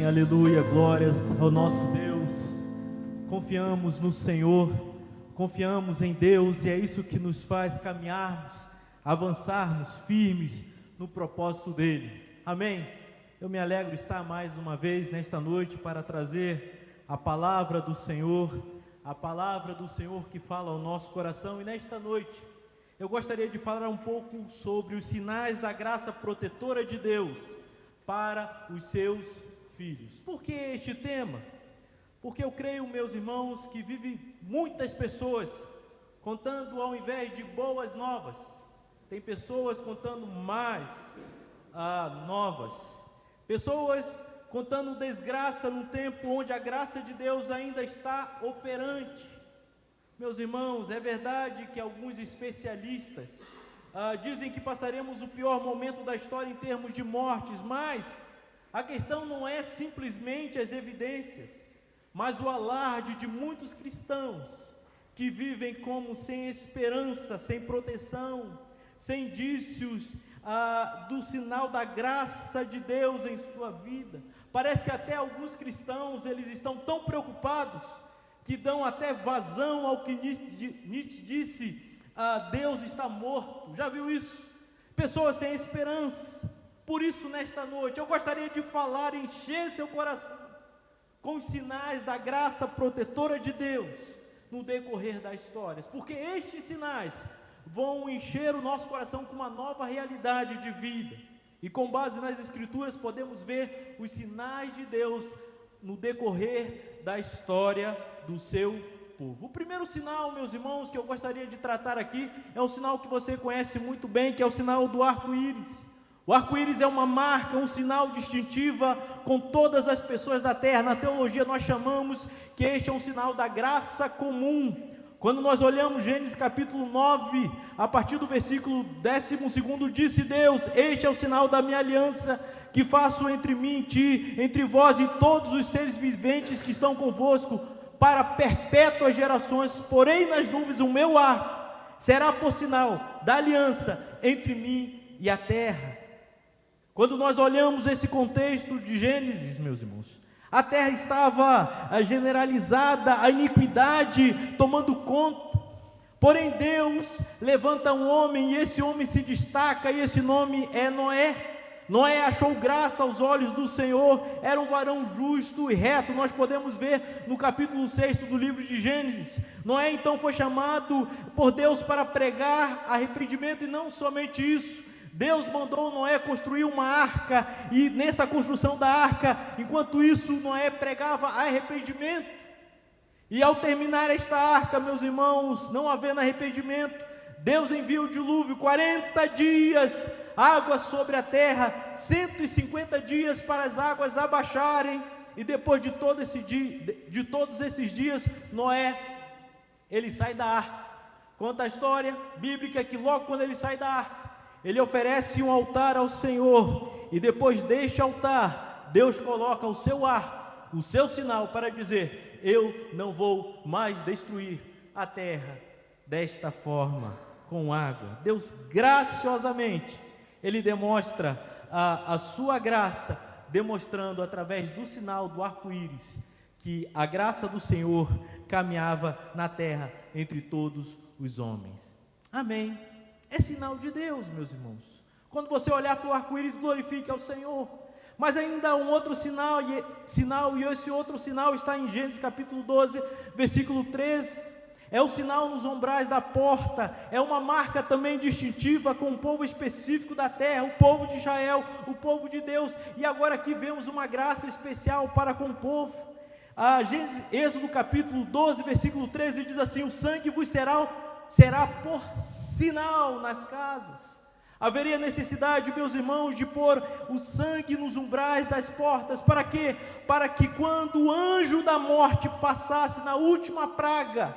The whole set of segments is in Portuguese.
Amém, aleluia, glórias ao nosso Deus. Confiamos no Senhor, confiamos em Deus, e é isso que nos faz caminharmos, avançarmos firmes no propósito dEle. Amém. Eu me alegro estar mais uma vez nesta noite para trazer a palavra do Senhor que fala ao nosso coração. E nesta noite eu gostaria de falar um pouco sobre os sinais da graça protetora de Deus para os seus filhos. Por que este tema? Porque eu creio, meus irmãos, que vive muitas pessoas contando ao invés de boas novas. Tem pessoas contando mais novas. Pessoas contando desgraça num tempo onde a graça de Deus ainda está operante. Meus irmãos, é verdade que alguns especialistas dizem que passaremos o pior momento da história em termos de mortes, mas a questão não é simplesmente as evidências, mas o alarde de muitos cristãos que vivem como sem esperança, sem proteção, sem indícios do sinal da graça de Deus em sua vida. Parece que até alguns cristãos, eles estão tão preocupados que dão até vazão ao que Nietzsche disse: Deus está morto. Já viu isso? Pessoas sem esperança. Por isso, nesta noite, eu gostaria de falar, encher seu coração com os sinais da graça protetora de Deus no decorrer das histórias, porque estes sinais vão encher o nosso coração com uma nova realidade de vida, e com base nas Escrituras podemos ver os sinais de Deus no decorrer da história do seu povo. O primeiro sinal, meus irmãos, que eu gostaria de tratar aqui, é um sinal que você conhece muito bem, que é o sinal do arco-íris. O arco-íris é uma marca, um sinal distintiva com todas as pessoas da terra. Na teologia nós chamamos que este é um sinal da graça comum. Quando nós olhamos Gênesis capítulo 9, a partir do versículo 12, disse Deus: este é o sinal da minha aliança, que faço entre mim e ti, entre vós e todos os seres viventes que estão convosco, para perpétuas gerações. Porém nas nuvens o meu arco será por sinal da aliança entre mim e a terra. Quando nós olhamos esse contexto de Gênesis, meus irmãos, a terra estava generalizada, a iniquidade tomando conta. Porém Deus levanta um homem, e esse homem se destaca, e esse nome é Noé. Noé achou graça aos olhos do Senhor, era um varão justo e reto. Nós podemos ver no capítulo 6 do livro de Gênesis. Noé então foi chamado por Deus para pregar arrependimento, e não somente isso, Deus mandou Noé construir uma arca, e nessa construção da arca, enquanto isso Noé pregava arrependimento. E ao terminar esta arca, meus irmãos, não havendo arrependimento, Deus envia o dilúvio, 40 dias, águas sobre a terra, 150 dias para as águas abaixarem. E depois de todos esses dias, Noé, ele sai da arca. Conta a história bíblica que logo quando ele sai da arca, ele oferece um altar ao Senhor, e depois deste altar, Deus coloca o seu arco, o seu sinal, para dizer: eu não vou mais destruir a terra desta forma, com água. Deus graciosamente, Ele demonstra a sua graça, demonstrando através do sinal do arco-íris, que a graça do Senhor caminhava na terra entre todos os homens. Amém. É sinal de Deus, meus irmãos. Quando você olhar para o arco-íris, glorifique ao Senhor. Mas ainda há um outro sinal, e esse outro sinal está em Gênesis capítulo 12, versículo 13. É o sinal nos umbrais da porta, é uma marca também distintiva com um povo específico da terra, o povo de Israel, o povo de Deus. E agora aqui vemos uma graça especial para com o povo. Êxodo capítulo 12, versículo 13 diz assim: o sangue vos será por sinal nas casas. Haveria necessidade, meus irmãos, de pôr o sangue nos umbrais das portas. Para quê? Para que quando o anjo da morte passasse na última praga,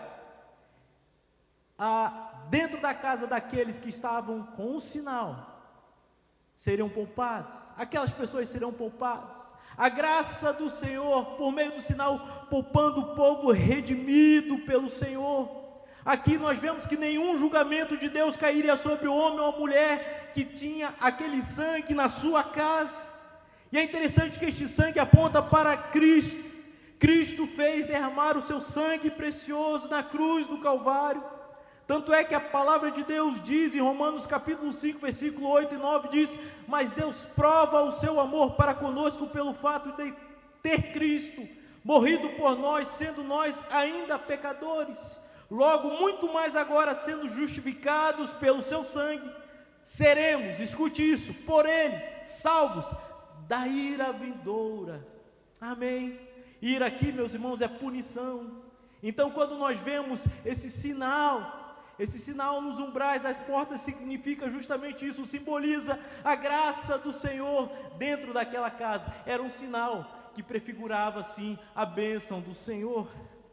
dentro da casa daqueles que estavam com o sinal, seriam poupados. Aquelas pessoas serão poupadas. A graça do Senhor, por meio do sinal, poupando o povo redimido pelo Senhor. Aqui nós vemos que nenhum julgamento de Deus cairia sobre o homem ou a mulher que tinha aquele sangue na sua casa. E é interessante que este sangue aponta para Cristo. Cristo fez derramar o seu sangue precioso na cruz do Calvário. Tanto é que a palavra de Deus diz em Romanos capítulo 5, versículo 8 e 9, diz: mas Deus prova o seu amor para conosco pelo fato de ter Cristo morrido por nós, sendo nós ainda pecadores. Logo, muito mais agora, sendo justificados pelo seu sangue, seremos, escute isso, por ele, salvos da ira vindoura. Amém? Ira aqui, meus irmãos, é punição. Então, quando nós vemos esse sinal nos umbrais das portas, significa justamente isso, simboliza a graça do Senhor dentro daquela casa. Era um sinal que prefigurava assim a bênção do Senhor.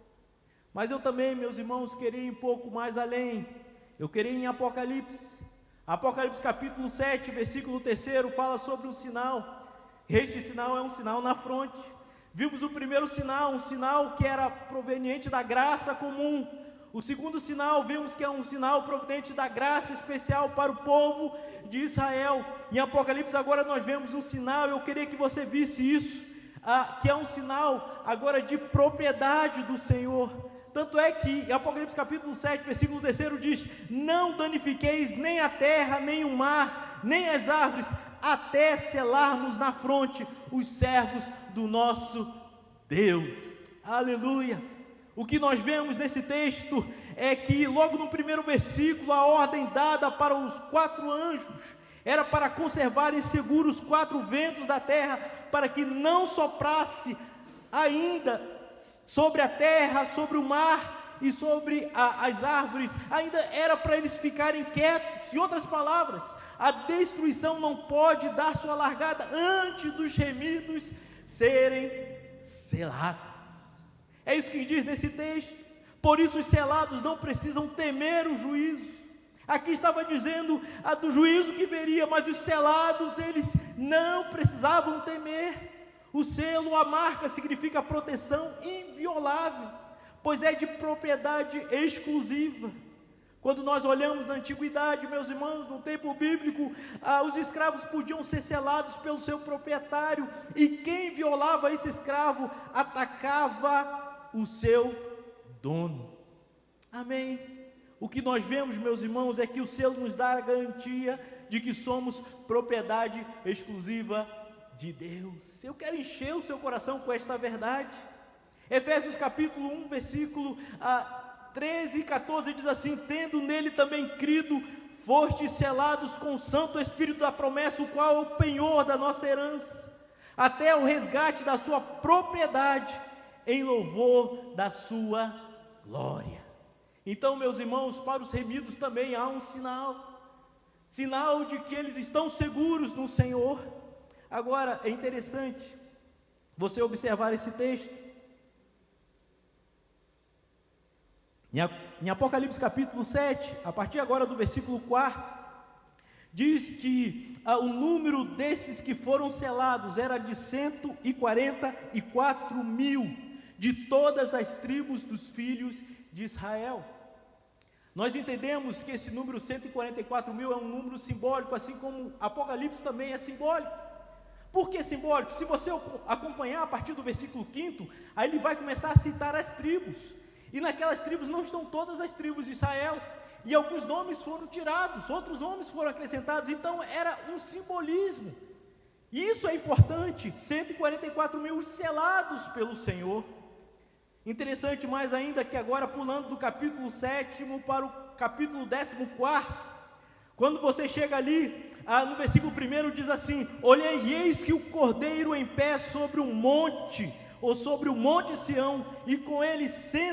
Mas eu também, meus irmãos, queria ir um pouco mais além. Eu queria ir em Apocalipse capítulo 7, versículo 3, fala sobre um sinal. Este sinal é um sinal na fronte. Vimos o primeiro sinal, um sinal que era proveniente da graça comum. O segundo sinal, vimos que é um sinal proveniente da graça especial para o povo de Israel. Em Apocalipse agora nós vemos um sinal, eu queria que você visse isso, que é um sinal agora de propriedade do Senhor. Tanto é que em Apocalipse capítulo 7, versículo 3 diz: não danifiqueis nem a terra, nem o mar, nem as árvores, até selarmos na fronte os servos do nosso Deus. Aleluia! O que nós vemos nesse texto é que logo no primeiro versículo, a ordem dada para os 4 anjos era para conservarem seguros os 4 ventos da terra, para que não soprasse ainda sobre a terra, sobre o mar e sobre as árvores. Ainda era para eles ficarem quietos. Em outras palavras, a destruição não pode dar sua largada antes dos gemidos serem selados. É isso que diz nesse texto. Por isso os selados não precisam temer o juízo. Aqui estava dizendo do juízo que viria, mas os selados, eles não precisavam temer. O selo, a marca, significa proteção inviolável, pois é de propriedade exclusiva. Quando nós olhamos na antiguidade, meus irmãos, no tempo bíblico, os escravos podiam ser selados pelo seu proprietário, e quem violava esse escravo atacava o seu dono. Amém? O que nós vemos, meus irmãos, é que o selo nos dá a garantia de que somos propriedade exclusiva de Deus. Eu quero encher o seu coração com esta verdade. Efésios capítulo 1, versículo 13 e 14 diz assim: tendo nele também crido, fostes selados com o Santo Espírito da promessa, o qual é o penhor da nossa herança, até o resgate da sua propriedade, em louvor da sua glória. Então, meus irmãos, para os remidos também há um sinal de que eles estão seguros no Senhor. Agora, é interessante você observar esse texto. Em Apocalipse capítulo 7, a partir agora do versículo 4, diz que o número desses que foram selados era de 144 mil, de todas as tribos dos filhos de Israel. Nós entendemos que esse número 144 mil é um número simbólico, assim como Apocalipse também é simbólico. Por que simbólico? Se você acompanhar a partir do versículo 5, aí ele vai começar a citar as tribos, e naquelas tribos não estão todas as tribos de Israel, e alguns nomes foram tirados, outros nomes foram acrescentados, então era um simbolismo. E isso é importante, 144 mil selados pelo Senhor. Interessante mais ainda que agora, pulando do capítulo 7 para o capítulo 14, quando você chega ali, no versículo 1 diz assim: olhei, e eis que o Cordeiro em pé sobre um monte, ou sobre o monte Sião, e com ele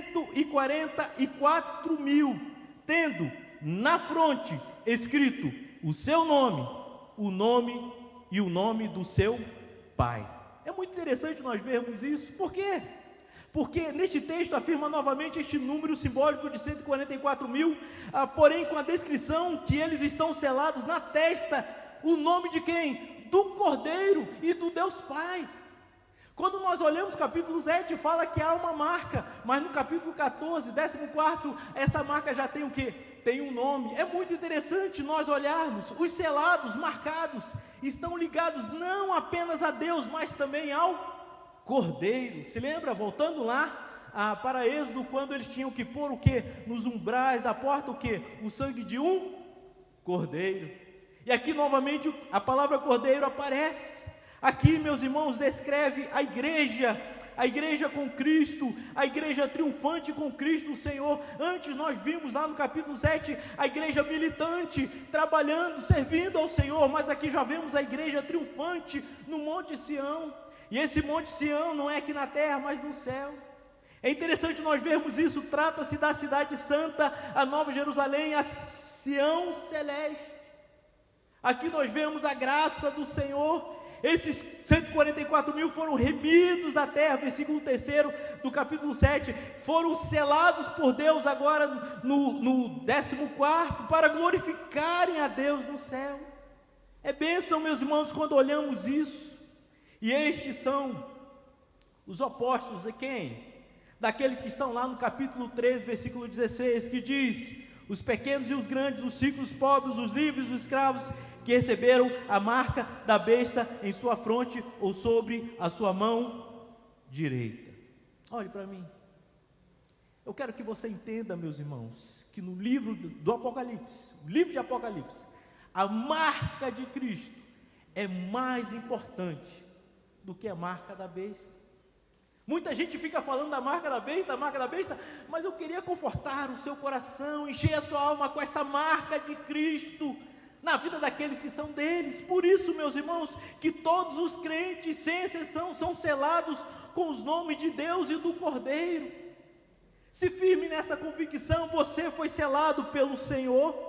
144 mil, tendo na fronte escrito o seu nome, o nome e o nome do seu Pai. É muito interessante nós vermos isso. Por quê? Porque neste texto afirma novamente este número simbólico de 144 mil, porém com a descrição que eles estão selados na testa, o nome de quem? Do Cordeiro e do Deus Pai. Quando nós olhamos capítulo 7, fala que há uma marca, mas no capítulo 14, 14, essa marca já tem o quê? tem um nome. É muito interessante nós olharmos, os selados, marcados, estão ligados não apenas a Deus, mas também ao Cordeiro. Se lembra, voltando lá, para Êxodo, quando eles tinham que pôr o que? Nos umbrais da porta, o que? O sangue de um cordeiro. E aqui novamente a palavra cordeiro aparece. Aqui, meus irmãos, descreve a igreja com Cristo, a igreja triunfante com Cristo, o Senhor. Antes nós vimos lá no capítulo 7, a igreja militante, trabalhando, servindo ao Senhor, mas aqui já vemos a igreja triunfante no Monte Sião. E esse Monte Sião não é aqui na terra, mas no céu. É interessante nós vermos isso. Trata-se da cidade santa, a Nova Jerusalém, a Sião celeste. Aqui nós vemos a graça do Senhor. Esses 144 mil foram remidos da terra, versículo 3 do capítulo 7, foram selados por Deus agora no 14º, para glorificarem a Deus no céu. É bênção, meus irmãos, quando olhamos isso. E estes são os opostos de quem? Daqueles que estão lá no capítulo 13, versículo 16, que diz: os pequenos e os grandes, os ricos, os pobres, os livres, os escravos, que receberam a marca da besta em sua fronte ou sobre a sua mão direita. Olhe para mim. Eu quero que você entenda, meus irmãos, que no livro do Apocalipse, o livro de Apocalipse, a marca de Cristo é mais importante do que a marca da besta. Muita gente fica falando da marca da besta, mas eu queria confortar o seu coração, encher a sua alma com essa marca de Cristo na vida daqueles que são deles. Por isso, meus irmãos, que todos os crentes, sem exceção, são selados com os nomes de Deus e do Cordeiro. Se firme nessa convicção, você foi selado pelo Senhor.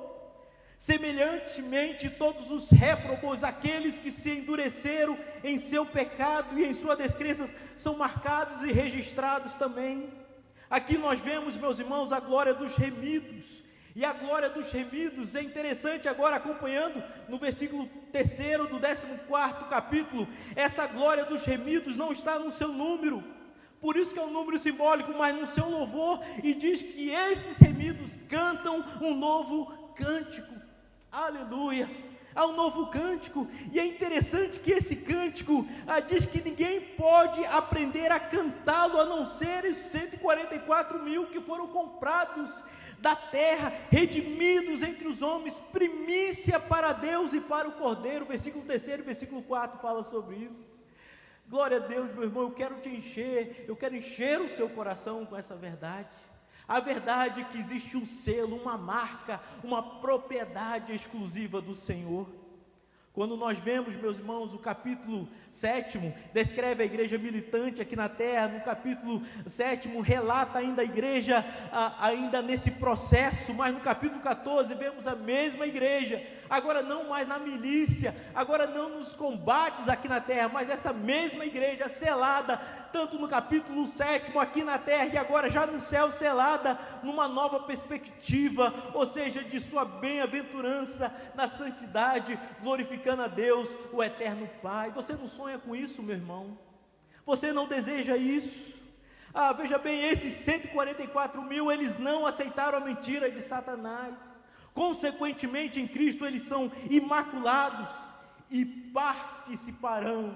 Semelhantemente, todos os réprobos, aqueles que se endureceram em seu pecado e em suas descrenças, são marcados e registrados também. Aqui nós vemos, meus irmãos, a glória dos remidos. E a glória dos remidos é interessante agora, acompanhando no versículo 3 do 14º capítulo, essa glória dos remidos não está no seu número, por isso que é um número simbólico, mas no seu louvor, e diz que esses remidos cantam um novo cântico. Aleluia, há um novo cântico. E é interessante que esse cântico diz que ninguém pode aprender a cantá-lo, a não ser os 144 mil que foram comprados da terra, redimidos entre os homens, primícia para Deus e para o Cordeiro. Versículo 3 e versículo 4 fala sobre isso. Glória a Deus, meu irmão, eu quero encher o seu coração com essa verdade. A verdade é que existe um selo, uma marca, uma propriedade exclusiva do Senhor. Quando nós vemos, meus irmãos, o capítulo 7 descreve a igreja militante aqui na terra, no capítulo 7 relata ainda a igreja, ainda nesse processo, mas no capítulo 14 vemos a mesma igreja, agora não mais na milícia, agora não nos combates aqui na terra, mas essa mesma igreja selada, tanto no capítulo 7 aqui na terra, e agora já no céu selada, numa nova perspectiva, ou seja, de sua bem-aventurança na santidade, glorificando a Deus, o eterno Pai. Você não sonha com isso, meu irmão? Você não deseja isso? Veja bem, esses 144 mil, eles não aceitaram a mentira de Satanás. Consequentemente, em Cristo, eles são imaculados e participarão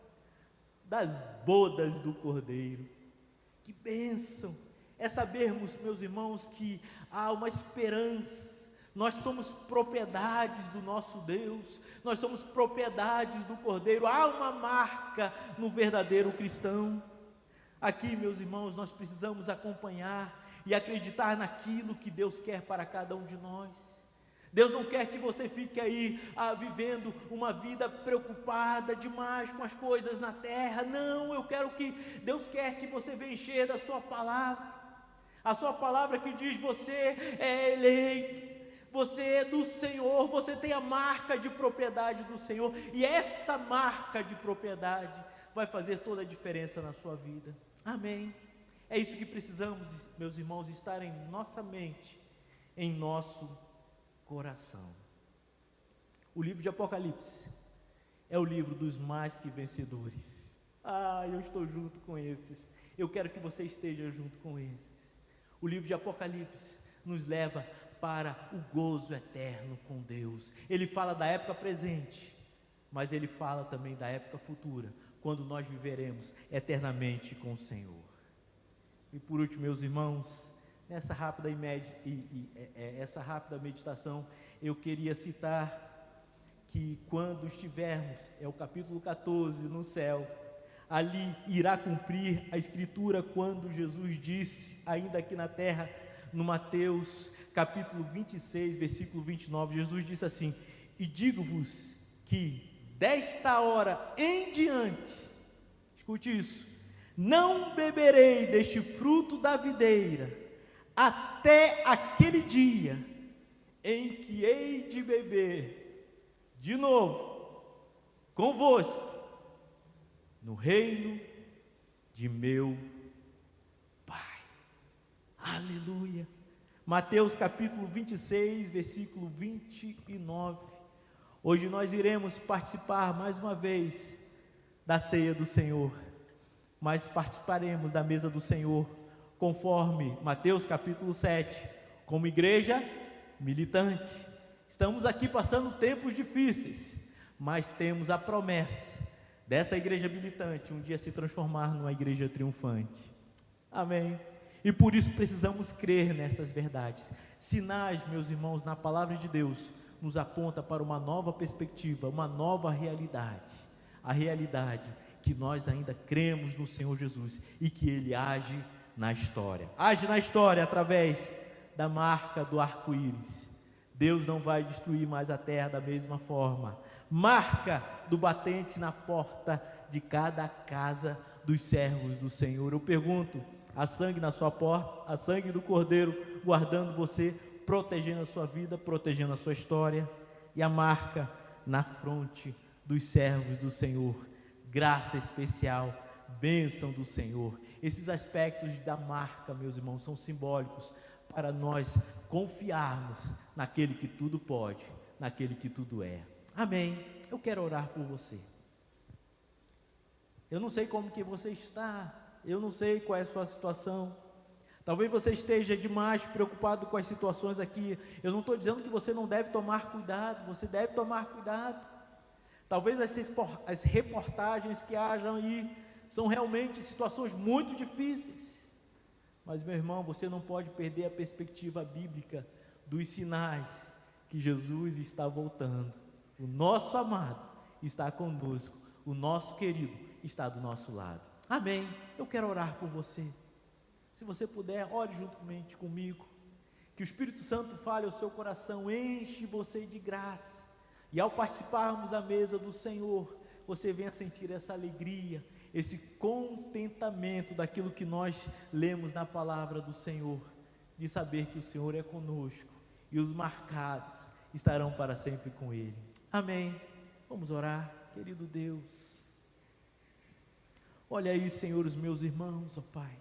das bodas do Cordeiro. Que bênção é sabermos, meus irmãos, que há uma esperança. Nós somos propriedades do nosso Deus, nós somos propriedades do Cordeiro. Há uma marca no verdadeiro cristão. Aqui, meus irmãos, nós precisamos acompanhar e acreditar naquilo que Deus quer para cada um de nós. Deus não quer que você fique aí vivendo uma vida preocupada demais com as coisas na terra. Não, Deus quer que você venha encher da sua palavra. A sua palavra que diz: você é eleito, você é do Senhor, você tem a marca de propriedade do Senhor, e essa marca de propriedade vai fazer toda a diferença na sua vida. Amém? É isso que precisamos, meus irmãos, estar em nossa mente, em nosso coração. O livro de Apocalipse é o livro dos mais que vencedores. Eu estou junto com esses. Eu quero que você esteja junto com esses. O livro de Apocalipse nos leva para o gozo eterno com Deus. Ele fala da época presente, mas ele fala também da época futura, quando nós viveremos eternamente com o Senhor. E por último, meus irmãos, nessa rápida essa rápida meditação, eu queria citar que quando estivermos, é o capítulo 14, no céu, ali irá cumprir a escritura quando Jesus disse, ainda aqui na terra, no Mateus capítulo 26, versículo 29, Jesus disse assim: e digo-vos que desta hora em diante, escute isso, não beberei deste fruto da videira, até aquele dia em que hei de beber de novo convosco no reino de meu Pai. Aleluia. Mateus capítulo 26, versículo 29. Hoje nós iremos participar mais uma vez da ceia do Senhor, mas participaremos da mesa do Senhor conforme Mateus capítulo 7, como igreja militante. Estamos aqui passando tempos difíceis, mas temos a promessa dessa igreja militante um dia se transformar numa igreja triunfante. Amém. E por isso precisamos crer nessas verdades. Sinais, meus irmãos, na palavra de Deus nos aponta para uma nova perspectiva, uma nova realidade. A realidade que nós ainda cremos no Senhor Jesus e que Ele age na história. Age na história através da marca do arco-íris. Deus não vai destruir mais a terra da mesma forma. Marca do batente na porta de cada casa dos servos do Senhor. Eu pergunto, há sangue na sua porta, há sangue do Cordeiro guardando você, protegendo a sua vida, protegendo a sua história, e a marca na fronte dos servos do Senhor, graça especial, bênção do Senhor. Esses aspectos da marca, meus irmãos, são simbólicos para nós confiarmos naquele que tudo pode, naquele que tudo é. Amém. Eu quero orar por você. Eu não sei como que você está, eu não sei qual é a sua situação. Talvez você esteja demais preocupado com as situações aqui. Eu não estou dizendo que você não deve tomar cuidado, você deve tomar cuidado. Talvez as reportagens que hajam aí são realmente situações muito difíceis. Mas, meu irmão, você não pode perder a perspectiva bíblica dos sinais que Jesus está voltando. O nosso amado está conosco, o nosso querido está do nosso lado. Amém. Eu quero orar por você. Se você puder, ore juntamente comigo. Que o Espírito Santo fale ao seu coração, enche você de graça. E ao participarmos da mesa do Senhor, você venha sentir essa alegria, esse contentamento daquilo que nós lemos na palavra do Senhor, de saber que o Senhor é conosco e os marcados estarão para sempre com Ele. Amém. Vamos orar, querido Deus. Olha aí, Senhor, os meus irmãos, ó Pai.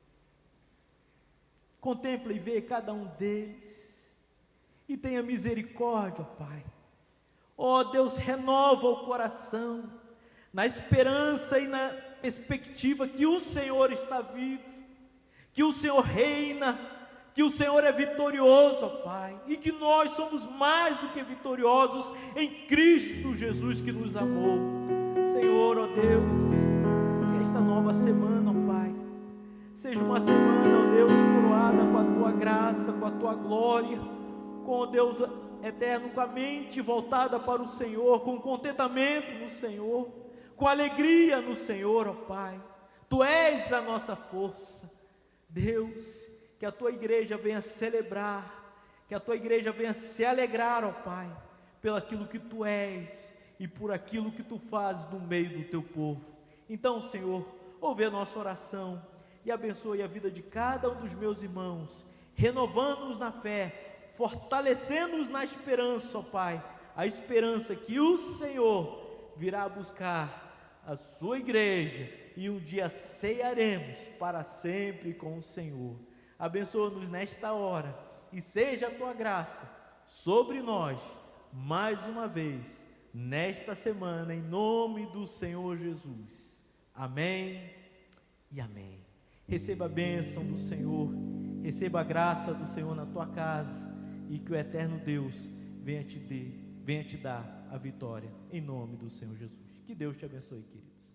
Contempla e vê cada um deles e tenha misericórdia, ó Pai. Ó Deus, renova o coração na esperança e na perspectiva que o Senhor está vivo, que o Senhor reina, que o Senhor é vitorioso, ó Pai, e que nós somos mais do que vitoriosos em Cristo Jesus que nos amou. Senhor, ó Deus, que esta nova semana, ó Pai, seja uma semana, ó Deus, coroada com a Tua graça, com a Tua glória, com o Deus eterno, com a mente voltada para o Senhor, com contentamento no Senhor, com alegria no Senhor, ó Pai. Tu és a nossa força, Deus. Que a Tua igreja venha celebrar, que a Tua igreja venha se alegrar, ó Pai, pelo aquilo que Tu és e por aquilo que Tu fazes no meio do Teu povo. Então, Senhor, ouve a nossa oração e abençoe a vida de cada um dos meus irmãos, renovando-os na fé, fortalecendo-os na esperança, ó Pai, a esperança que o Senhor virá buscar a sua igreja e um dia cearemos para sempre com o Senhor. Abençoa-nos nesta hora e seja a Tua graça sobre nós, mais uma vez, nesta semana, em nome do Senhor Jesus. Amém e amém. Receba a bênção do Senhor, receba a graça do Senhor na tua casa e que o eterno Deus venha te dar a vitória, em nome do Senhor Jesus. Que Deus te abençoe, queridos.